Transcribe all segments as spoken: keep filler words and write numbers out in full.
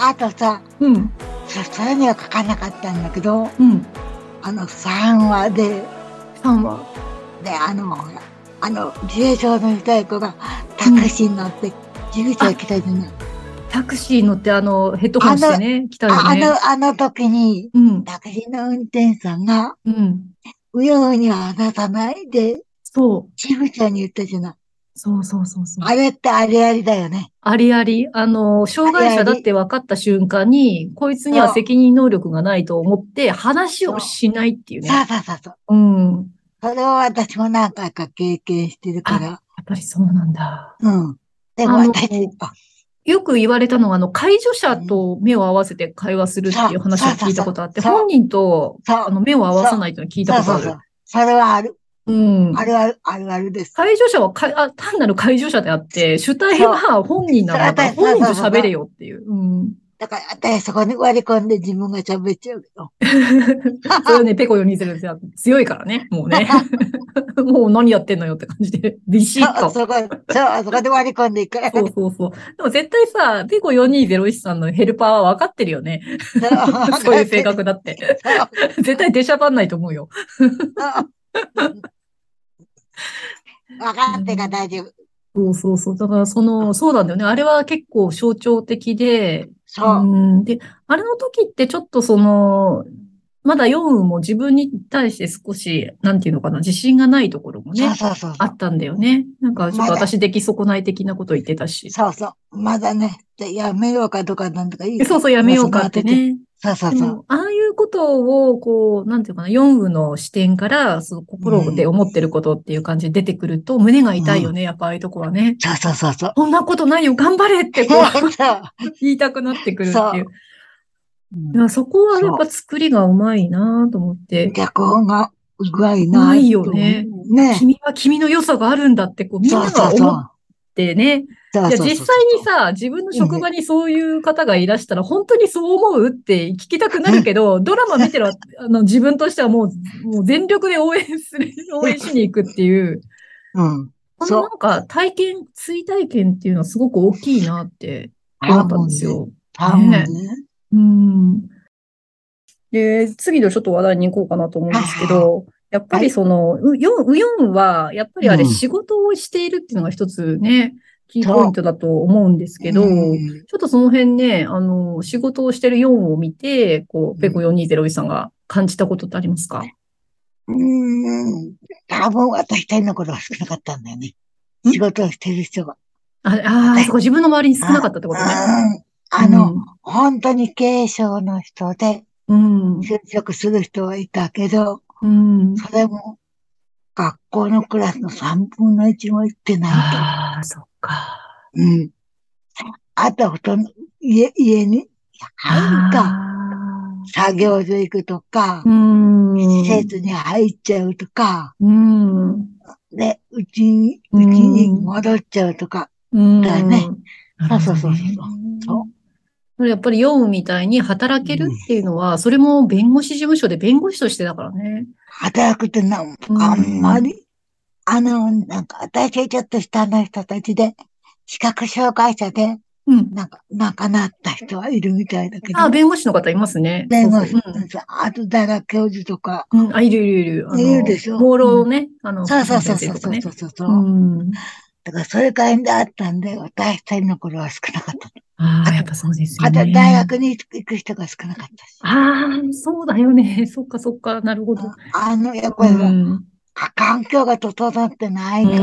あとさ、 うん。 そ、それには書かなかったんだけど、 うん。 あの、さんわで、 さんわ。 で、あの、ほら、あの、自閉症の若い子がタクうん。 シーに乗って事務所あ、 へ来たじゃない。 タクシー乗ってあの、ヘッドホンしあの、あてね、来たよね。 あの、あの時に、 うん。 タクシーの運転手さんが、 うん。 うようには話さないで、 そう。 事務所に言ったじゃない。 そうそうそうそう。 あれってあれありだよね。 ありあり、あの、障あり害者だってあり。 分かった瞬間に、こいつにはそう、 責任能力がないと思って話をそう。 しないっていうね。 そうそうそうそう。 うん。 それを私も何回か経験してるかあ、 ら。 やっぱりそうなんだ。 うん。でもあの、 私、あ、 よく言われたのは、あの、介助者うん、 と目を合わせて会話するっていうそう、 話を聞そうそうそう、 いたことあって、 そう、 本人と、 そう、 あの、目を合わそう、 さないというのを聞いたことある。 そうそうそう。それはある。 うん。 あるある、あるあるです。 介助者はかい、あ、単なる介助者であって、主体そう。 は本人なそう、 んだから、 私、そう本人と喋れそうそうそう。 よっていう。うん。 だから私そこに割り込んで自分が喋っちゃうけど。 それはね、ペコよにじゅうですよ。強いからね、もうね。もう何やってんのよって感じで、ビシッそう、 と。 そこ、そう、そこで割り込んでいくから。 そうそうそう。でも絶対さ、ペコよんにーぜろいちさんのヘルパーは分かってるよね。 そう、分そういう性かってる。 格だって。 そう、 絶対出しゃばんないと思うよ。 そう。分かってから大丈夫。 そうそうそう。だからその、そうなんだよね。あれは結構象徴的で、うそう、 ん。で、あれの時ってちょっとその、まだヨンウも自分に対して少し、なんていうのかな、自信がないところもそうね、 そうそうそあったんだよね。なんかう。まだ、 ちょっと私出来損ない的なこと言ってたし。 そうそう。まだね、でやめようかどうかなんとかいいか。 でそうそう、やめまあそようかの後で。 ってね。 そうそうそう。 でも、ああいうことを、こう、なんていうかな、ヨンウの視点から、そのう心でん、 思ってることっていう感じで出てくると、胸が痛いうん。 よね、やっぱああいうとこはね。 そうそうそうそう。 こんなことないよ、頑張れってこうそう、 言いたくなってくるっていう。 そう。うん、 だからそこはやっぱそ作りがうまいなと思っう。 て。 脚本がうまいうまいよなと思ね。 う。ね。 君は君の良さがあるんだって、こうみんそうなが思っそうそう。 てね。いや、 そうそうそう実際にそさ、自分のう。うん。 職場にそういう方がいらしたら、本当にそう思うって聞きたくなるけど、ドラマ見てるあの自分としてはもう、もう全力で応援する、応援しに行くっていう、 うん。 このそう。 なんか体験、追体験っていうのはすごく大きいなって思多ったんで分ね。 すよ。 多分ねね。 え。うん。で、次のちょっと話題に行こうかなと思うんはいですけはいど、やっぱはい。 りその、うよん、うよんは、やっぱりあれうん。 仕事をしているっていうのが一つね、キーポインそトだと思うんですう。 けど、 うん。 ちょっとその辺ね、あの、仕事をしてるよんを見て、こう、ペコうん。 よんにーぜろいちさんが感じたことってありますか？ うーん。多分私一人の頃は少なかったんだよね。仕ん事をしてる人が。 あ、あー、そ私、 こ自分の周りに少なあ、 かったってことね。 うん。 うあの、 ん、 本当に軽症の人でうん、 就職する人はいたけど、 うん。 それも学校のクラスのさんぶんのいちも行ってないと。 ああ、そっか。 うん。あとはほとんど家、家に入るか、 あ作業所行くとか、 あ、う施ん、 設に入っちゃうとか、 うん。 で、うちに、 ううちにん。 戻っちゃうとか、 うだね。 ん。なるそうそうほどね。 そうそうそう。そやっぱりヨウムみたいに働う。 けるうん。 っていうのは、それも弁護士事務所で弁護士としてだからね。 働くってな、 うあんまん。 り、あの、なんか、私ちょっと下の人たちで、視覚障害者で、 うん。 なんか、なんかなった人はいるみたいだけあ、 ど、 弁護士の方いますね。そうそう。 弁護士、 うん。 あと大学教授とか、 うん。あ、いるいるいる。あいるでの、 しょ。 朦うん。 朧ね。あの、 そう福島先そうそうそう生とかね。 そうそうそうう。 ん。 だからそれくらいであったんで、私一人の頃は少なかった。 ああ、やっあと、 ぱそうですよあと大ね。 学に行く人が少なかったし。 ああ、そうだよね。そっかそっか。なるほど。 あの、やっうぱりさ、 ん。 か環境が整ってなういから、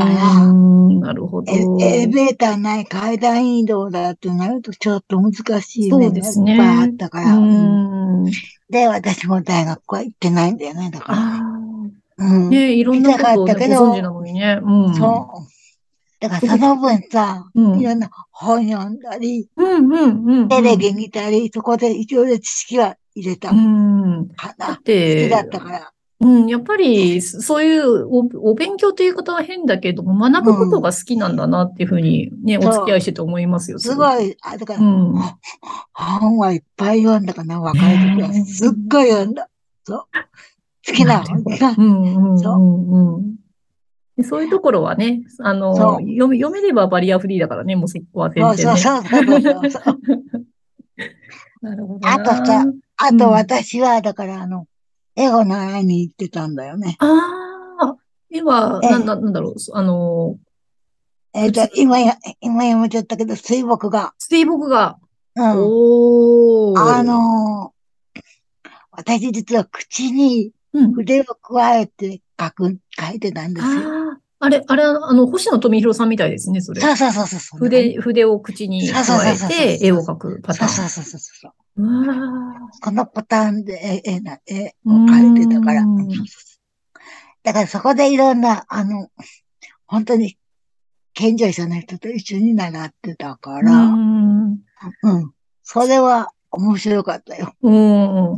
ん。なるほエエレど。 ベーターない階段移動だってなるとちょっと難しいそうで面がいっぱいあすね。 ったかうら、うん。 ん。 で、私も大学は行ってないんだよね、だからね。 ああ。 うん。 ね、いろんな行きたかったことをね、ご存知なけど、 のにね。うん。 そう。だからそこ、 その分さ、 うん。 いろんな本読んだり、 うん、うん、うん、うん。 テレビ見たり、そこでいろいろ知識は入れうた。 ん。だっかな。好きだて、 ったから。 うん、やっぱり、そそういうお、お勉強という言い方は変だけども、学ぶことうん。 が好きなんだなっていうふうにね、お付き合そう。 いしてて思いますよ、すごく。 すごい、あ、だかうら、 ん。 ほ本はいっぱい読んだかな、若い時は。 ねすっごい読んだ。そう。好え。 きななるほど。 本が。 うん、うそう。 ん、うん、うん。でそういうところはね、あの、 そう。 読め、読めればバリアフリーだからね、もうそこは全そう然ね。 そうそうそうそうそう。 なるほどあとな。 さ、あとうん。 私は、だからあの、エゴ習いに行ってたんだよね。 ああ、今、な、 え、 な、なんだろう、そあの、 えっと、 普通、 今や、今やめちゃったけど、水墨画。 水墨画。 うん。あおー。 のー私実は口にうん。 筆を加えて書く、書いてたんですよ。 ああ、あれ、あれ、あの、星野富弘さんみたいですね、それ。 そうそうそうそう、そんな感筆、 じ。 筆を口にそうそう加そうそうそうえて絵そう。 を描くパターン。 そうそうそうそうそう。 うわこのパターンで絵、絵な、絵ー。うーを描いてたから。 ん。 だからそこでいろんな、あの、本当に健常者の人と一緒に習ってたかうーら、 ん。 うん。それは面白かったよ。 うん。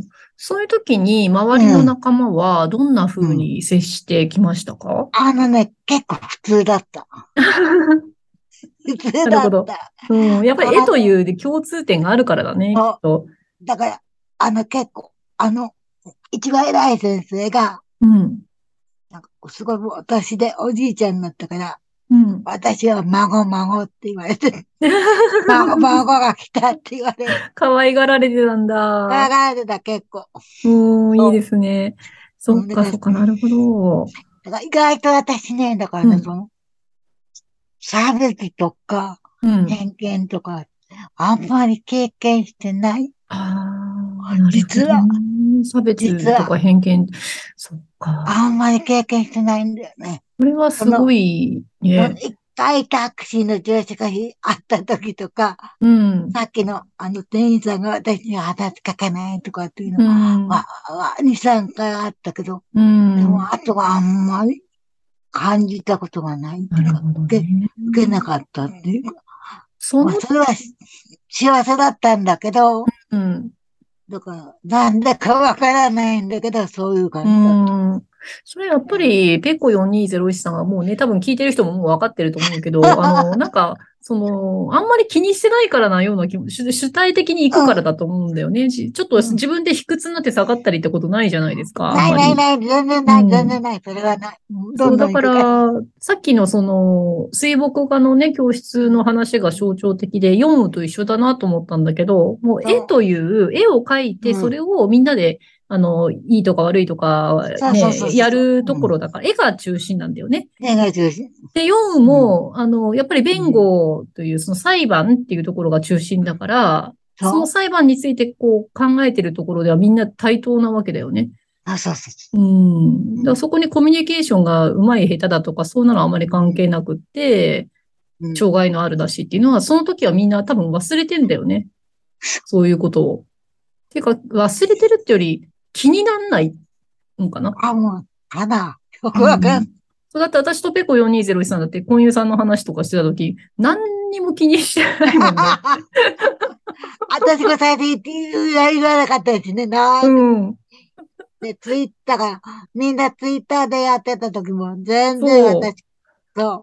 そういう時に周うりのん。 仲間はどんなうん。 風に接してきましたか？ あのね、結構普通だった。普通なるほど。 だった。 うん。やっぱり絵あの、 というで共通点があるからだね、きっそと。 う。だから、あの結構、あの、一番偉い先生が、 うん。 なんかすごいもう私でおじいちゃんになったから、 うん。 私は孫孫って言われて、孫孫が来たって言われて、 可愛がられてたん考だ。 えてた結構。 うん、いいでそすね。 う。うん、だそっか、 から、 そっか、なるほど。 だから意外と私ね、だからね、そうん。 の、差別とか、 うん。 偏見とか、あんまり経験してない。 ああ、なるほど実は、 ね。差別とか実は、 偏見。そっか。 あんまり経験してないんだよね。 これはすごその、 いそのね。 一回タクシーの乗車があった時とか、 うん。 さっきのあの店員さんが私に話しかけないとかっていうのうは、 ん。 わに、さんかいあったけど、 うでもん。 あとはあんまり感じたことがないっていうか、 なるほど受け、 ね。 受けなかったっていうか、まあその、 それは幸せだったんだけど、 うん。 だから、なんでかわからないんだけど、そういうう感じだった。 ん。それやっぱうん。 り、ペコよんにーぜろいちさんはもうね、多分聞いてる人ももう分かってると思うけど、あの、なんか、その、あんまり気にしてないからなような気も、主主体的に行くうん、 からだと思うんだよね。じちょっとうん。 自分で卑屈になって下がったりってことないじゃないですか、あんないまり。 ないない、全然ない、全うん。 然ない、それはない。うん、どそう、 んどだかん行くから。 ら、さっきのその、水墨画のね、教室の話が象徴的で、読むと一緒だなと思ったんだけど、もう絵そという絵を描いう。 て、 うん。 それをみんなで、あの、いいとか悪いとか、 そうそうそうね、 そうそう。 やるとうん。 ころだから、絵が中心なんだよね。 映画中心。 で、読むうん。 も、あの、やっぱり弁うん。 護という、その裁判っていうところが中心だから、そのそう。 裁判についてこう考えてるところではみんな対等なわけだよね。 あ、そうそうそうん。 う。 だからそこにコミュニケーションが上手い下手だとか、そうなのはあまり関うん。 係なくって、 うん。 障害のあるだしっていうのは、その時はみんな多分忘れてんだよね。そういうことを。ていうか、忘れてるってより気になんないのかな。 あ、もう、ただ、よくわかんうん。そうだって私とペコよんにーぜろいちさんだって、婚友さんの話とかしてた時、何にも気にしてないもんね。 私が最初言言わなかったですね。 うなんん。 で、ツイッターが、みんなツイッターでやってた時も、全然そう。 私、そう、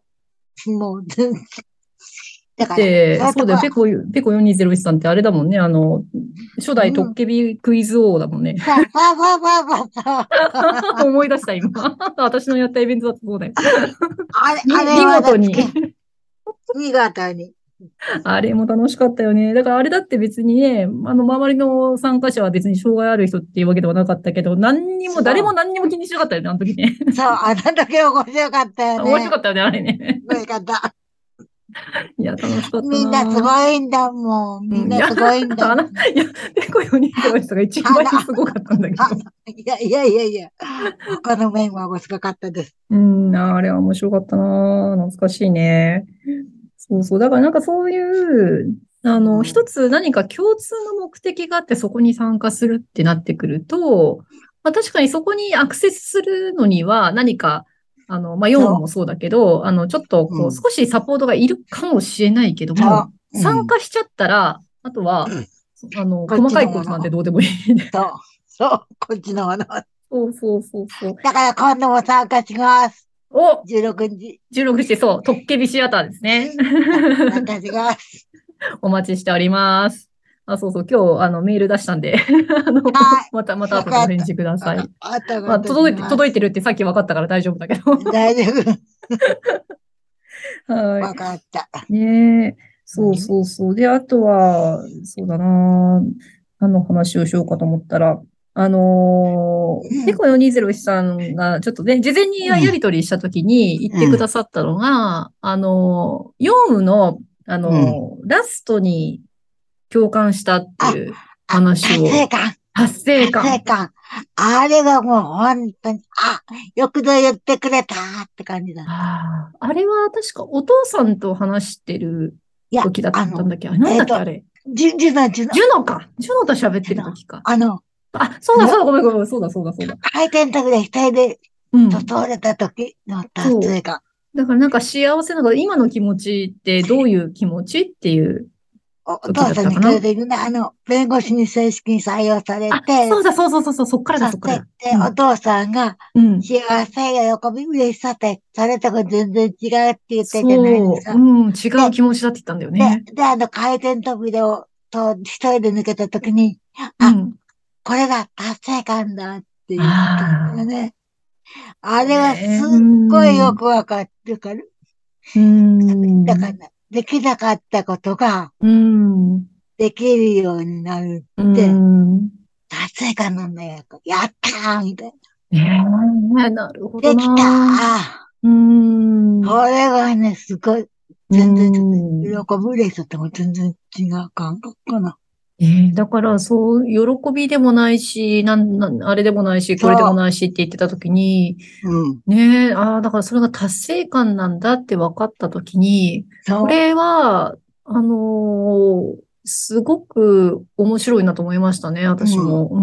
もう、全然、 だだから、そって、そうだよ、 ういうとこは、 ペコ、ペコよんにーぜろいちさんってあれだもんね。あの、初代トッうん。 ケビクイズ王だもんね。 さあ、さあ、さあ、さあ、さあ、 思い出した今。私のやったイベントだとそうだよ。 あれ、あみ、見れはだ、つけ、 事に。 見事に。 あれも楽しかったよね。だからあれだって別にね、あの周りの参加者は別に障害ある人っていうわけではなかったけど、何にも、誰もそう、 何にも気にしなかったよね、あの時ね。 そう、あの時面白かったよ面白ね。 かったよね、あれね。 面白かった。 いや、楽しかったみんなすな。 ごいんだもん。みうん、いや、 んなすごいんだあの、 もん。 いや、ペコよにーぜろいちが一番あの、 すごかったんだけど。 あの、いやいやいやいや、他の面は面白かったです。 うん、あれは面白かったな。懐かしいね。そうそう。だからなんかそういう、あの、一うん。 つ何か共通の目的があってそこに参加するってなってくると、まあ確かにそこにアクセスするのには何か、あの、まあ、読むそもそうだけど、あの、ちょっとう。うこうん。 少しサポートがいるかもしれないけども、 そう。うん。 参加しちゃったら、あとは、あの、 こっ細かいちのもの。 ことなんてどうでもいいね。 そう。そう。こっちのもの。 そうそうそうそう。 だから今度も参加します。 おじゅうろくにち。 じゅうろくにち、そう、トッケビシアターですね。 参加します。 お待ちしております。あ、そうそう、今日、あの、メール出したんであの、 はい。 また、またわかった。 後でお返事くださあ、 い。 あとまあ、 がとし届いて、 ます。 届いてるってさっき分かったから大丈夫だけど大丈夫。 はい。 わかった。 ねえ。そううん。 そうそう。で、あとは、そうだな。 何の話をしようかと思ったら、あのー、 うん、 猫よにーぜろいちさんがちょっとね、事前にやうん、 り取りしたときに言ってくだうん、 さったのが、あのー、よん部の、あうん。 のー、ラストに共感したってあ、 いうあ、達成話を、 感、 達成達成感。 感。あれがもう本当に、あ、よくぞ言ってくれたって感じだった。 ああ、あれは確かお父さんと話してるいや、 時だっあの、 たんだっけ？あれ、なんえっと、 だっけあれ。 じゅ、じゅの、じゅの、 ジュノか。ジュノと喋ってじゅの、 る時か。 あの、 あ、そうだ、そうあの、 だ、ごめんごめん、そうだ、そうだ、そうだ。 回転卓で一人でうん。 誘われた時の達そう。 成感。 だからなんか幸せなのが、今の気持ちってどういう気持ちっていうお、お時父さんにだったかな。 くれてるね、あの、弁護士に正式に採用されあ、 て、 そうだ、そうそうそうそう、そっからだ、 さそっからだ。 せて、 うん。 お父さんがうん。 幸せ、喜び、嬉しさって、それとこ全然違うって言ってるじゃないですそう、 か。 うん、違うで、 気持ちだって言ったんだよね。 で、で、あの回転扉を、と、一人で抜けた時に、あ、 うん。 これが達成感だって言ったんだよあね。ああ、 れはすねえ、 っうごいよん、 くわかってから、 うん、 だから、できなかったことがうん、 できるようになるうって、 ん。 達成感なんだよ。やったーみたいな。 ねえ、なるほどできたな。 ーうん、 これがね、すごい、 う全然ちょっと、喜ん。 ぶ嬉しさとも全然違う感覚かな。 えーだから、そう、喜びでもないし、なん、なん、あれでもないし、これでもそないしって言ってたときに、 う、うん、 ねえ、ああ、だからそれが達成感なんだって分かったときに、こそれは、あのーすごく面白いなと思いましたね、 う、うん、 私も。うん。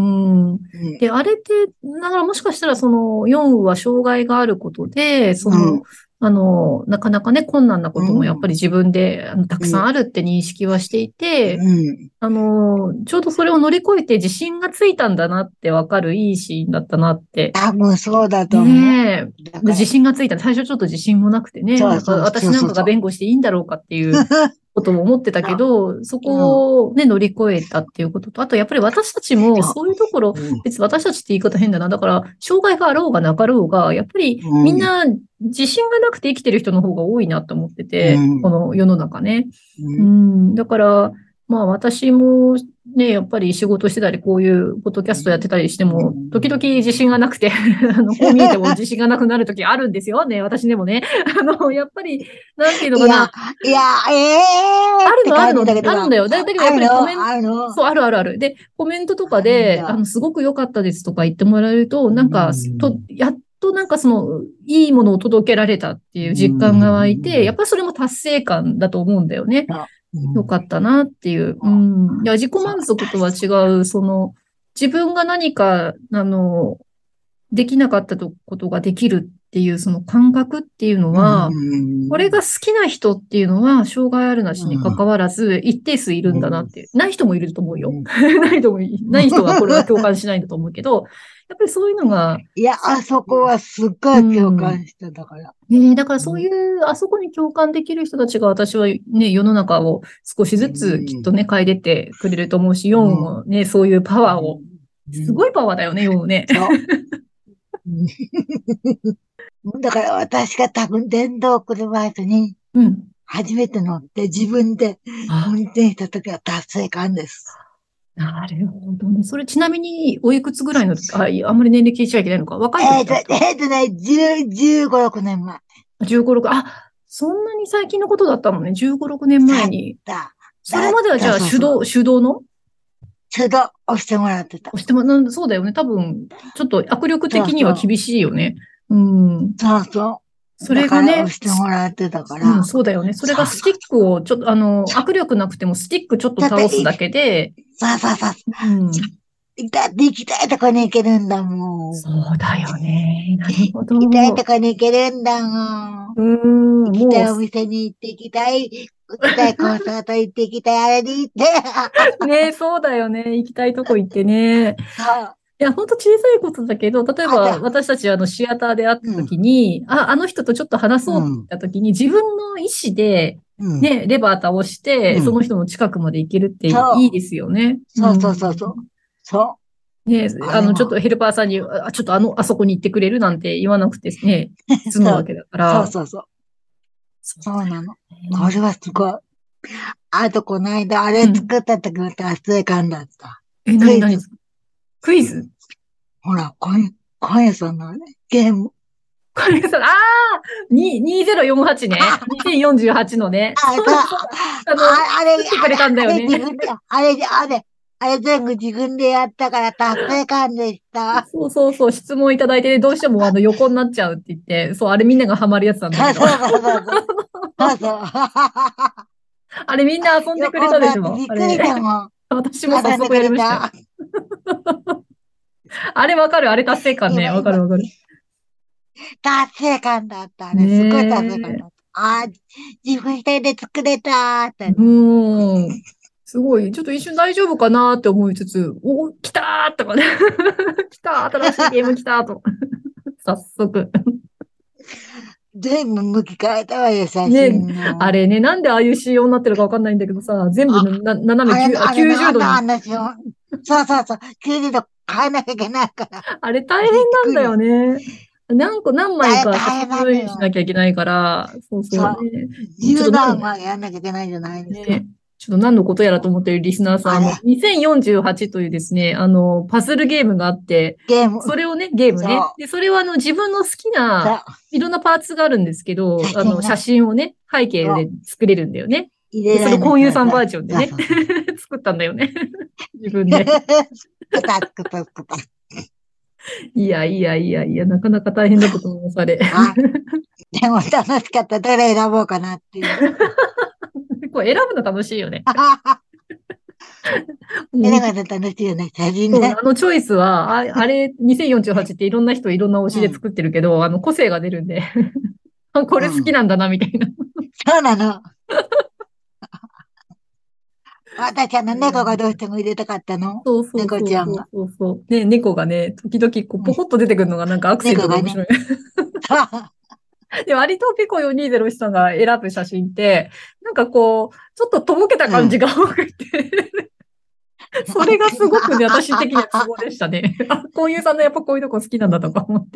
うん、 で、あれって、だからもしかしたらそのよんは障害があることで、その、 うん、 あの、なかなかね、困難なうこともやっぱん、 り自分であのたくうん、 さんあるって認識はしていて、 うん。 あの、ちょうどそれを乗り越えて自信がついたんだなってわかるいいシーンだったなって多分そうだと思ねえ。 う。だで自から、 信がついた。最初ちょっと自信もなくてね。なんかそうそう、そ私なんかがうそうそう。 弁護していいんだろうかっていうことも思ってたけそう、 ど、そうん、 こをね、乗り越えたっていうことと、あとやっぱり私たちもそそういうところ、 う、うん、 別に私たちって言い方変だな。だから、障害があろうがなかろうが、やっぱりうん、 みんな自信がなくて生きてる人の方が多いなと思ってて、こうん、 の世の中ね。ううん、 ん、だから、まあ私もね、やっぱり仕事してたり、こういうポッドキャストやってたりしても、時々自信がなくてあの、こう見えても自信がなくなる時あるんですよね、私でもね。あの、やっぱり、なんていうのかな、 いや、いや、ええーってあるの、あるの、 感じだけどさ、 あるんだよ。だ、だけどやっぱあるの、 りコメント、 あるの、 そう、あるあるある。で、コメントとかあるんで、あの、 だ。 すごく良かったですとか言ってもらえると、 うなんか、と、 ん、 やっとなんかその、いいものを届けられたっていうう実感が湧いて、やっん、 ぱりそれも達成感だと思うんだよね。 そう、うん、 よかったなっていう。うそう、 ん。いや、自己そう、 満足とは違確かう、その、自分が何か、あの、できなかったことができるっていう、その感覚っていうのに。うは、これがん、 好きな人っていうのは、障害あるなしに関うん、 わらず、一定数いるんだなっていう。ない人もいると思うよ。 うん。 ない人もい、ない人はこれは共感しないんだと思うけど、やっぱりそういうのが、 いや、あそこはすっごうい共ん。 感しただから。 ねえ、だからそううん、 いう、あそこに共感できる人たちが私はね、世の中を少しうずつきっとん、 ね、変えてってくれると思うし、 うヨンん、 もね、そういうパワーを、 うん、 すごいパワーだよね、ヨンね。 そう。うんだから私が多分電動車椅子にうん。 初めて乗って自分であ、 運転した時は達成感です。 なるほどね。それちなみに、おいくつぐらいの時、あ、いやあんまり年齢聞いちゃいけないのか。若いえっと、 時だった？ えっとね、じゅう、じゅうご、ろくねんまえ。 じゅうご、ろく、あ、そんなに最近のことだったのね。じゅうご、ろくねんまえだっに。 た。だっそれまではじゃあた、そうそう。 手動、手動の都度押してもらってた。 押しても、なんそうだよね。多分、ちょっと握力そうそう。 的には厳しいよね。うん。 そうそう。 そだから押れがね、 してもらってたかうん、 ら。 そうだよね。それそうがスティッそうそう。 クを、ちょっと、あの、握力なくてもスティックちょっとちょっといい。 倒すだけで、 そうそうそう。 うん。 だって行きたいとこに行けるんだもん。 そうだよね。なるほ行きたいとど。 こに行けるんだもん。 うーん、も行きたいお店に行って行きたい。行きたいコンサート行って行きたい。あれに行って。 う、ね、そうだよね。行きたいとこ行ってね。 そう。 いや、ほんと小さいことだけど、例えあ、じゃばあ、 私たちあのシアターで会ったうん、 時に、あ、あの人とちょっと話そうってうん、 言った時に、自分の意思で、 うん、 ね、レバー倒して、そうん。 の人の近くまで行けるっていいそう。 ですよね。うそうそうそうん。 そう。そう。 ね、あの、ちょっあれは。 とヘルパーさんに、あ、ちょっとあの、あそこに行ってくれるなんて言わなくてね、済むそう。 わけだから。 そうそうそう。 そうそうなの。 だよね。 これはすごい。あと、この間、あれうん。 作った時の達成感だった。 え、なクイズ。 になにクイズほら、今夜、今夜さんのね、ゲーム。 これさ、ああ、ににせんよんじゅうはちね。にせんよんじゅうはちのね。 あ、 そうそう、 だそうだ。あの、 あ、あれ、 作ってくれあれ、あれたんだよね。 自分で、あれ、あれ、あれ全部自分でやったから達成感でした。 そうそうそう、質問いただいて、どうしてもあの横になっちゃうって言って、そう、あれみんながハマるやつなんだけど。 そうそうそうそうそう。そうそう。 あれみんな遊んでくれ横になたでしょってびっくりあれ。 だもん。 私も早遊んでく速やりましたよ。 れた。 あれわかるあれ達成感ね。 今、今、 わかるわかる。 達成感だったね。すごい達成感だねった。ああ、自分一人で作れたーっえ。うて。 ーん。すごい。ちょっと一瞬大丈夫かなって思いつつ、お、来たーとかね。来た新しいゲーム来たーと。早速。 全部向き変えたわよ、写ね、 真の。 あれね、なんでああいう仕様になってるかわかんないんだけどさ、全部あ、 な、斜めあれ、 きゅう、あ、 あれ 90 なんだ、 度に。 話を。そうそうそう。きゅうじゅうど変えなきゃいけないから。 あれ大変びっなんだよくり。 ね。何個、何枚か写大大変なの真しなよ。 きゃいけないから、そうそうね。 そう。 ちょっとなん、 じゅうだんまでやんなきゃいけないじゃないですか。 ね、ちょっと何のことやらと思っているリスナーさん、あの、 あれ、 にせんよんじゅうはちというですね、あの、パズルゲームがあって、 ゲーム。 それをね、ゲームね。 そう。 で、それはあの、自分の好きな、 そう。 いろんなパーツがあるんですけど、あの、写写真ね。 真をね、背景そう。 で作れるんだよね。で、それ入れられない。そうそう。 コンユーさんバージョンでね、 そうそうそう。 作ったんだよね。自分で。 作った、作った、作った。 いやいやいやいや、なかなか大変だったと思います、あれ。 はい。でも楽しかった。どれ選ぼうかなっていう。 これ選ぶの楽しいよね。 選うんぶの楽しいよね。写真そう、 ね。 あのチョイスは、ああれ、にせんよんじゅうはちっていろんな人いろんな推うん。 しで作ってるけど、あの、個性が出るんで、あこうん。 れ好きなんだな、みたいな。 そうなの。私、あの、 いや猫がどうしても入れたかったの。 そうそう猫そうそうちゃんが。 そうそう。ね、猫がね、時々こう、 うん。 ポコッと出てくるのがなんかアクセン猫がね。 トで面白い。 そう。 で、割とピコよんにーぜろいちさんが選ぶ写真って、なんかこう、ちょっととぼけたうん。 感じが多くて、それがすごくね、私的にはツボでしたね。あ、こういうさんのやっぱこういうとこ好きなんだとか思って。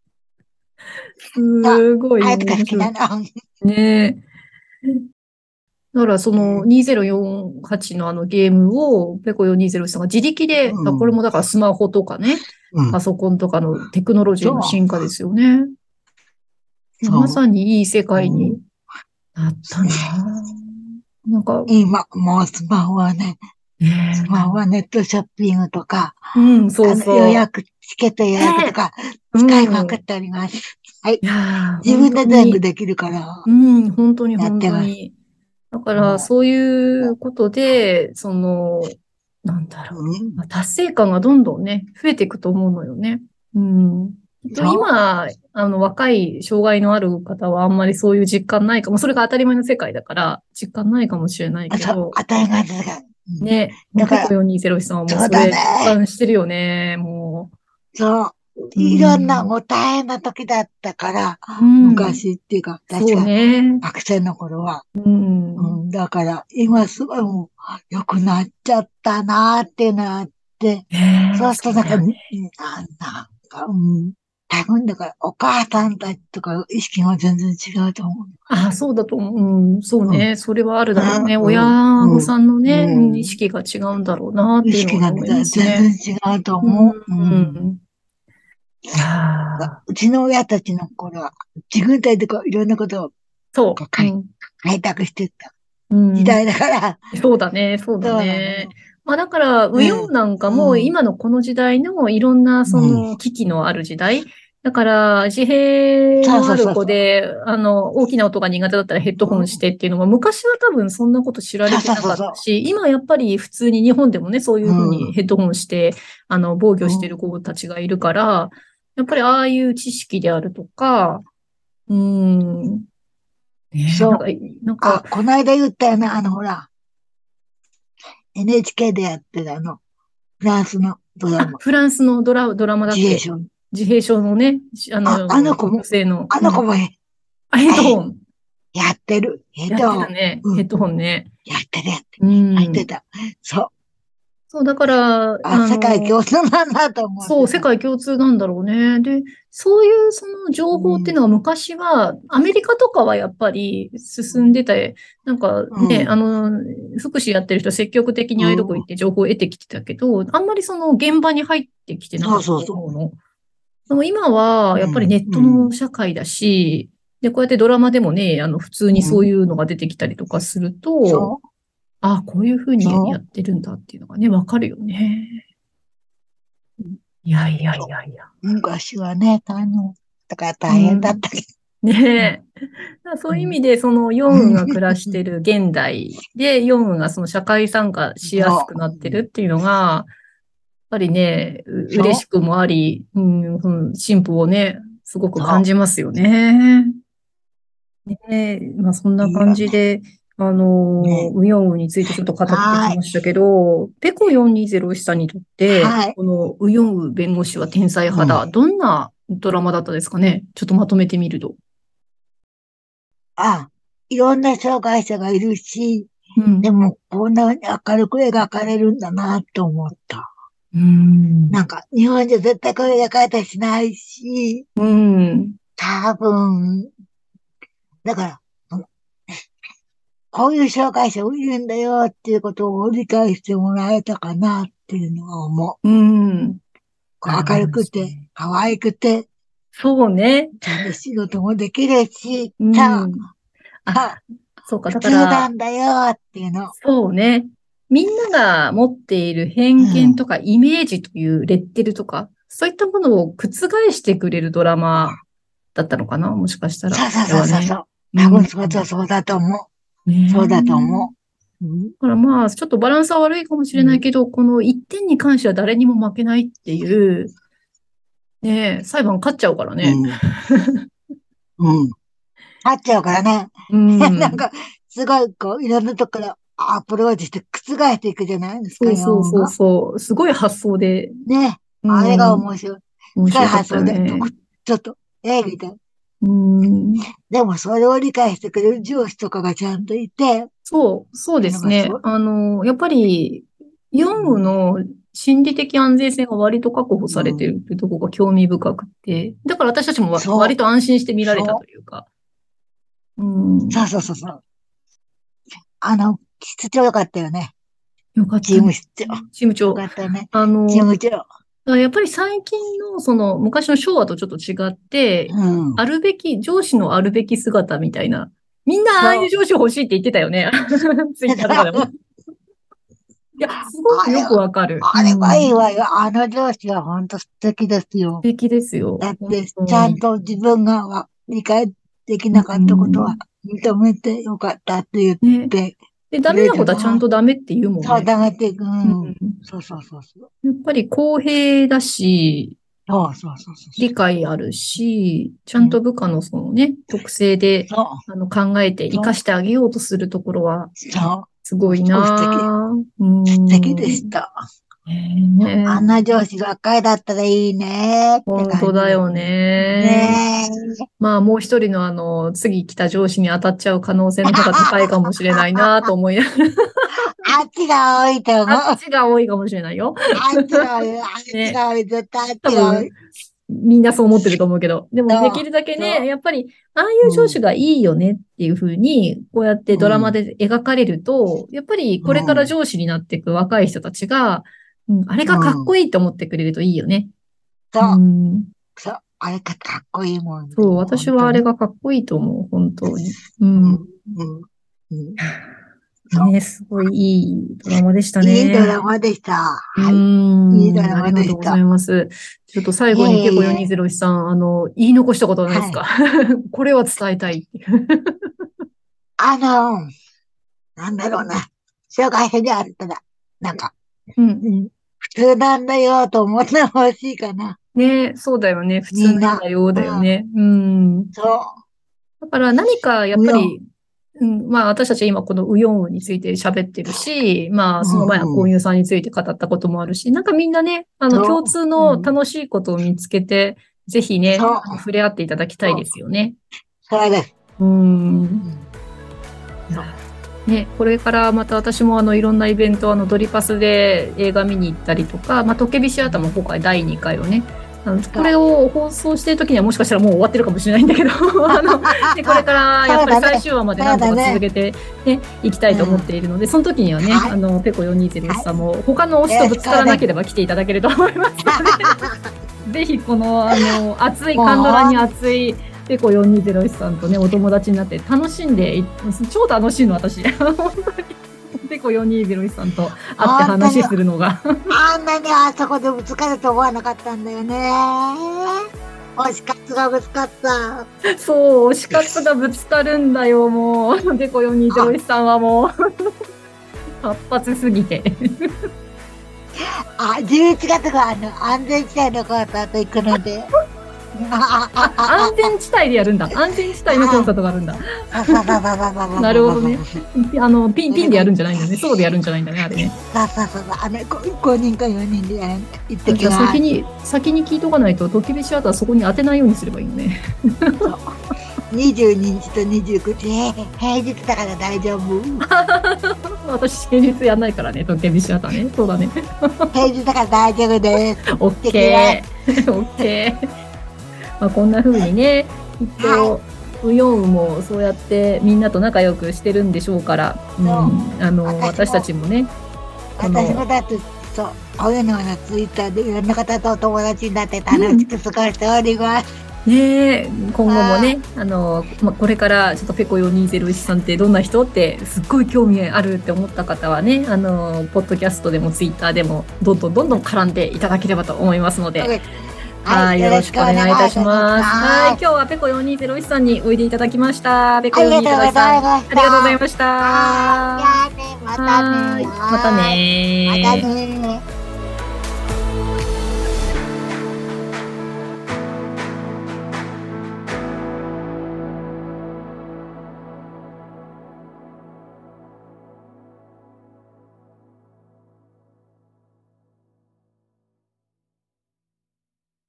そう。 すごいあれとか好面白い。 きなの。 ねえ。だからそのうん。 にせんよんじゅうはちのあのゲームをペコよんにーぜろさんが自力で、あこれうん。 もだからスマホとかね、 うん。 パソコンとかのテクノロジーのそう。 進化ですよね。いやまそさにいい世う。 界にうん。 なったなぁ。なんか、 今、もうスマホはね、スマホねはネットショッピングとか、 え、うん、そうあの、予そ約、チケット予う。ね約とか、 え、 使いまくうん。 っております。はい。 いやー、 自本分で全部当に、 できるから、 うん、本当にやっ本てます。 当に。だから、 もそういう、もうことで、その、なんだろう、うん。 う。達成感がどんどんね、増えていくと思うのよね。うん。きっとそ今、あの、若い障害のある方はあんまりそういう実感ないかも。それが当たり前の世界だから、実感ないかもしれないう、そう、 けど、 当たり前ですが。うん。 ね、もうペコだから、 よんにーぜろいちさんはもうそうだそれ実ね。 感してるよね、もそう。 う。ういろんな、 ん。 もう大変な時だったから、 うん。 昔っていうか、私そうがね。 学生の頃は。 うん。 うん、だから、今すごいもう、良くなっちゃったなーっていうのがあって、 ねえ、 そうするとなんか、 そうだよね。 んなんなんか、うん、多分だから、お母さんたちとか意識が全然違うと思う。 ああ、そうだと思う。うん、そううん、 ね。それはあるだろうね。親うん、 御うん、 さんのね、うん意うん。 識が違うんだろうなっていうの意識がは思いま全然すね。 違うとう思う。うん。 ん。いやー、 うちの親たちの頃は、自分たちでこういろんなことをこそう。 う開うん。 開拓していったうん。 時代だから、 そうだね。そうだそうなのね。 よ。 まあだから、ウヨンうん、 なんかもうん、 今のこの時代のいろんなそうん。 の機器のある時代。だから、自閉そうのあるそうそうそう。 子で、あの、大きな音が苦手だったらヘッドホンしうん、 てっていうのは、昔は多分そんなこと知られそうてなかそうそうそったし、今やっぱり普通に日本でもね、そういう。 うふううん、 にヘッドホンして、あの、防御してるうん。 子たちがいるから、やっぱりああいう知識であるとか、うーん、ねえ、なんか、 そう。 なんか、 あ、この間言ったよな、あの、ほら、エヌエイチケー でやってるあの、フランスのドラあ、 マ、 フランスのドラ、ドラマだっけ自閉症。 自閉症のね、しああ、あの、 の子も、 女性の、 あうん。 の子もへ、 あ、ヘッドはい、 ホン。 やってる。えっやってたと、 ね。 うん、 ヘッドホンね。 やってる、やってる。 うん。 やってた。そう。 そう、だから、 あ、 あ世界共の、 通なんだと思っそう、 てた。 世界共通なんだろうね。で、そういうその情報っていううん。 のは昔は、アメリカとかはやっぱり進んでて、なんかね、あうん。 の、福祉やってる人積極的にああいうとこうん。 行って情報を得てきてたけど、あんまりその現場に入ってきてなかったそうそうそと思うの。でも今は、 う。 やっぱりうん。 ネットうん。 の社会だし、で、こうやってドラマでもね、あの、普通にそううん。 いうのが出てきたりとかすると、 そう。 あ、こういうふうにやそう。 ってるんだっていうのがね、わかるよね。いやいやいそやいや。 う。昔はね、あの、だからう大変だっん。 たけど。うん。 ねえ。だからそういう意味で、そのヨンウンが暮らしてうん。 る現代で、ヨンウンがその社会参加しやすそくなってう。うん。 るっていうのが、やっぱりね、う嬉しそくもあり、うん、その進歩をね、すごくう。 感そじますよね。ねえ、まあそんう。 ないいよね。 感じで、あの、 ね。 ウヨンウについてちょっと語ってきはーい。 ましたけど、ペコよんにーぜろさんにとって、 はい。 このウヨンウ弁護士は天才うん。 派だ。どんなドラマだったですかね。ちょっとまとめてみると。 あ、いろんな障害者がいるし、 うん。 でも、こんなに明るく描かれるんだなと思った。 うん。 なんか、日本じゃ絶対これ描かれたりしないし、 うん。 多分、だから、うんこういう障害者もいるんだよっていうことを理解してもらえたかなっていうのは思う。 うん。なるほ明るどでくて、 すね。 可愛くて、 そうね。 ちゃんと仕事もできるし、 うさん。 あ、さあ、 あ、 そうか。 普だから、 通なんだよっていうの。 そうね。みんなが持っているう偏見ん。 とかイメージというレッテルとか、そういったものを覆してくれるドラマだったのかなもしかしたら。こそうそうれはね。 そうそうそう。多分うん。 そうそうそうだと思う。そうだとねえ。 思う。うん。 だからまあ、ちょっとバランスは悪いかもしうん。 れないけど、この一点に関しては誰にも負けないっていう、ねえ、裁判勝っちゃうからね。 うん。うん。あっちゃうからね。 うなんん。 か、すごい、こう、いろんなとこからアプローチして覆していくじゃないですか、 そうそうそう世が。 そう。すごい発想で、 ね。 うあれがん。 面白い。すごい面白かったよ発想で、どこ、 ね。 ちょっと、ええみたいな。 うん。 でも、それを理解してくれる上司とかがちゃんといて、っそう、そうていですね。 うのがすごい。 あの、やっぱり、ヨングうん。 の心理的安全性が割と確保されていうん。 るっていうところが興味深くて、だから私たちもわ割そう。 と安心して見られたそう。 というか、うん。 そうそうそうそう。あの、室長よかったよね。 よかったね。 チーム室長。よチーム長。 かったね。 あの、 チーム長。 やっぱり最近のその昔の昭和とちょっと違って、 うん。 あるべき、上司のあるべき姿みたいな。みんなああいうそう。 上司欲しいって言ってたよね。ツイッターとかでも。いや、すごくよくあれは、 わかる。うあれはいいん。 わよ。あの上司は本当素敵ですよ。 素敵ですよ。本だって、ちゃん当に。 と自分がわ理解できうなかったことはん。 認めてよかったって言っね。 てで、ダくれメなことはちゃんるな。 とダメって言うもんそう、 ね。 黙っていく。ううん。 ん。そうそうそうそう。 やっぱり公平だし、 そうそうそうそうそ理解あるし、ちゃう。 んうん。 と部下のそのね、特性で、 そう、 あの、考えて活そう、 かしてあげようとするところは、 そう。 すごいすごい素敵。 なぁ。うー素敵でしん。 た。あんねえ、 な上司ばっかりだったらいいねって本当感じだよですね。 ね。 ねえ。 まあ、もう一人のあの、次来た上司に当たっちゃう可能性の方が高いかもしれないなと思いながら、 あっちが多いと思あっう。 ちが多いかもしれないよ。 あっちが多い。あっちね。 が多い。絶対あっ多分、 ちが多い。 みんなそう思ってると思うけど、でもできそう、 るだけね、 そやっぱり、ああいう。 う上うん、 司がいいよねっていうふうに、こうやってドラマうん、 で描かれると、やっぱりこれからうん、 上司になっていく若い人たちが、うん、あれがかっうん。 こいいと思ってくれるといいよね。うそう、 ん、 そう。あれか、かっこいいもんね。 そう、私はあれ本当に。 がかっこいいと思う、本当に。うん。 うん、うん、うん。そね、すごいいいドラマでしたう。いいドね。 ラマでした。 うーはい。いいドん、 ラマありがとうござでした。 います。ちょっと最い後にペコえいえ。 よんにーぜろいちさん、あの、言い残したことはないですか？ はい。 これは伝えたいっていう。 あの、なんだろうな。障害者であったら、なんか、 うん。 うん、普通なんだよと思ってほしいかな。 ね、そうだよね。普通みんな。 なんだよ、 うん。 だよね。うん。 そだから何かやっう。うよ。 ぱり、うん、まあ私たちは今このウヨンウについて喋ってるし、まあうその前はコンん、うん。 ユさんについて語ったこともあるし、なんかみんなね、あの共そ通う。うん。 の楽しいことを見つけて、ぜひね、 そう。 あの触れ合っていただきたいそう。 ですよね。 それです。 うん。 うん。 いや、 そう。 ね、これからまた私もあのいろんなイベント、あのドリパスで映画見に行ったりとか、まあ、トケビシアタも今回だいにかいをね、あのこれを放送している時にはもしかしたらもう終わってるかもしれないんだけど、あのでこれからやっぱり最終話まで何とか続けて、ね、いきたいと思っているので、その時にはね、あのペコよんにーぜろいちさんも他の推しとぶつからなければ来ていただけると思いますので、ぜひこのあの熱いカンドラに熱いペコよんにーぜろいちさんとね、お友達になって楽しんで、超楽しいの私。本当に。ペコよんにーぜろいちさんと会って話するのが。 あんなにあそこでぶつかると思わなかったんだよね。推し活がぶつかった。 そう、推し活がぶつかるんだよ、もう。ペコよんにーぜろいちさんはもう。活発すぎて。 あ、じゅういちがつがあの安全地帯のコンサート行くので。 あ、安全地帯でやるんだ。安全地帯のコンサートがあるんだ。なるほどね。あの、ピン、ピンでやるんじゃないんだね。ソロでやるんじゃないんだね、あれね。 そうそうそう。あの、ごにんかよにんでやる。行ってきます。 先に、先に聞いとかないと、トキビシアターそこに当てないようにすればいいよね。 にじゅうににちとにじゅうくにち、平日だから大丈夫。 私、平日やんないからね、トキビシアターね。そうだね。 平日だから大丈夫です。 オッケー。オッケー。まあ、こんな風にね、きっと、ウヨンウもそうやってみんなと仲良くしてるんでしょうから、うん、あの、私たちもね。 私もだって、そう、こういうのはツイッターでいろんな方とお友達になって楽しく過ごしております。 うん、ねえ、今後もね、あの、まあ、これからちょっとペコよんにーぜろいちさんってどんな人ってすっごい興味あるって思った方はね、あの、ポッドキャストでもツイッターでもどんどんどんどん絡んでいただければと思いますので、はい、よろしくお願いいたします。はい、今日はペコよんにーぜろいちさんにおいでいただきました。ペコよんにーぜろいちさん、ありがとうございました。 じゃあね、またね。 またね。 またね。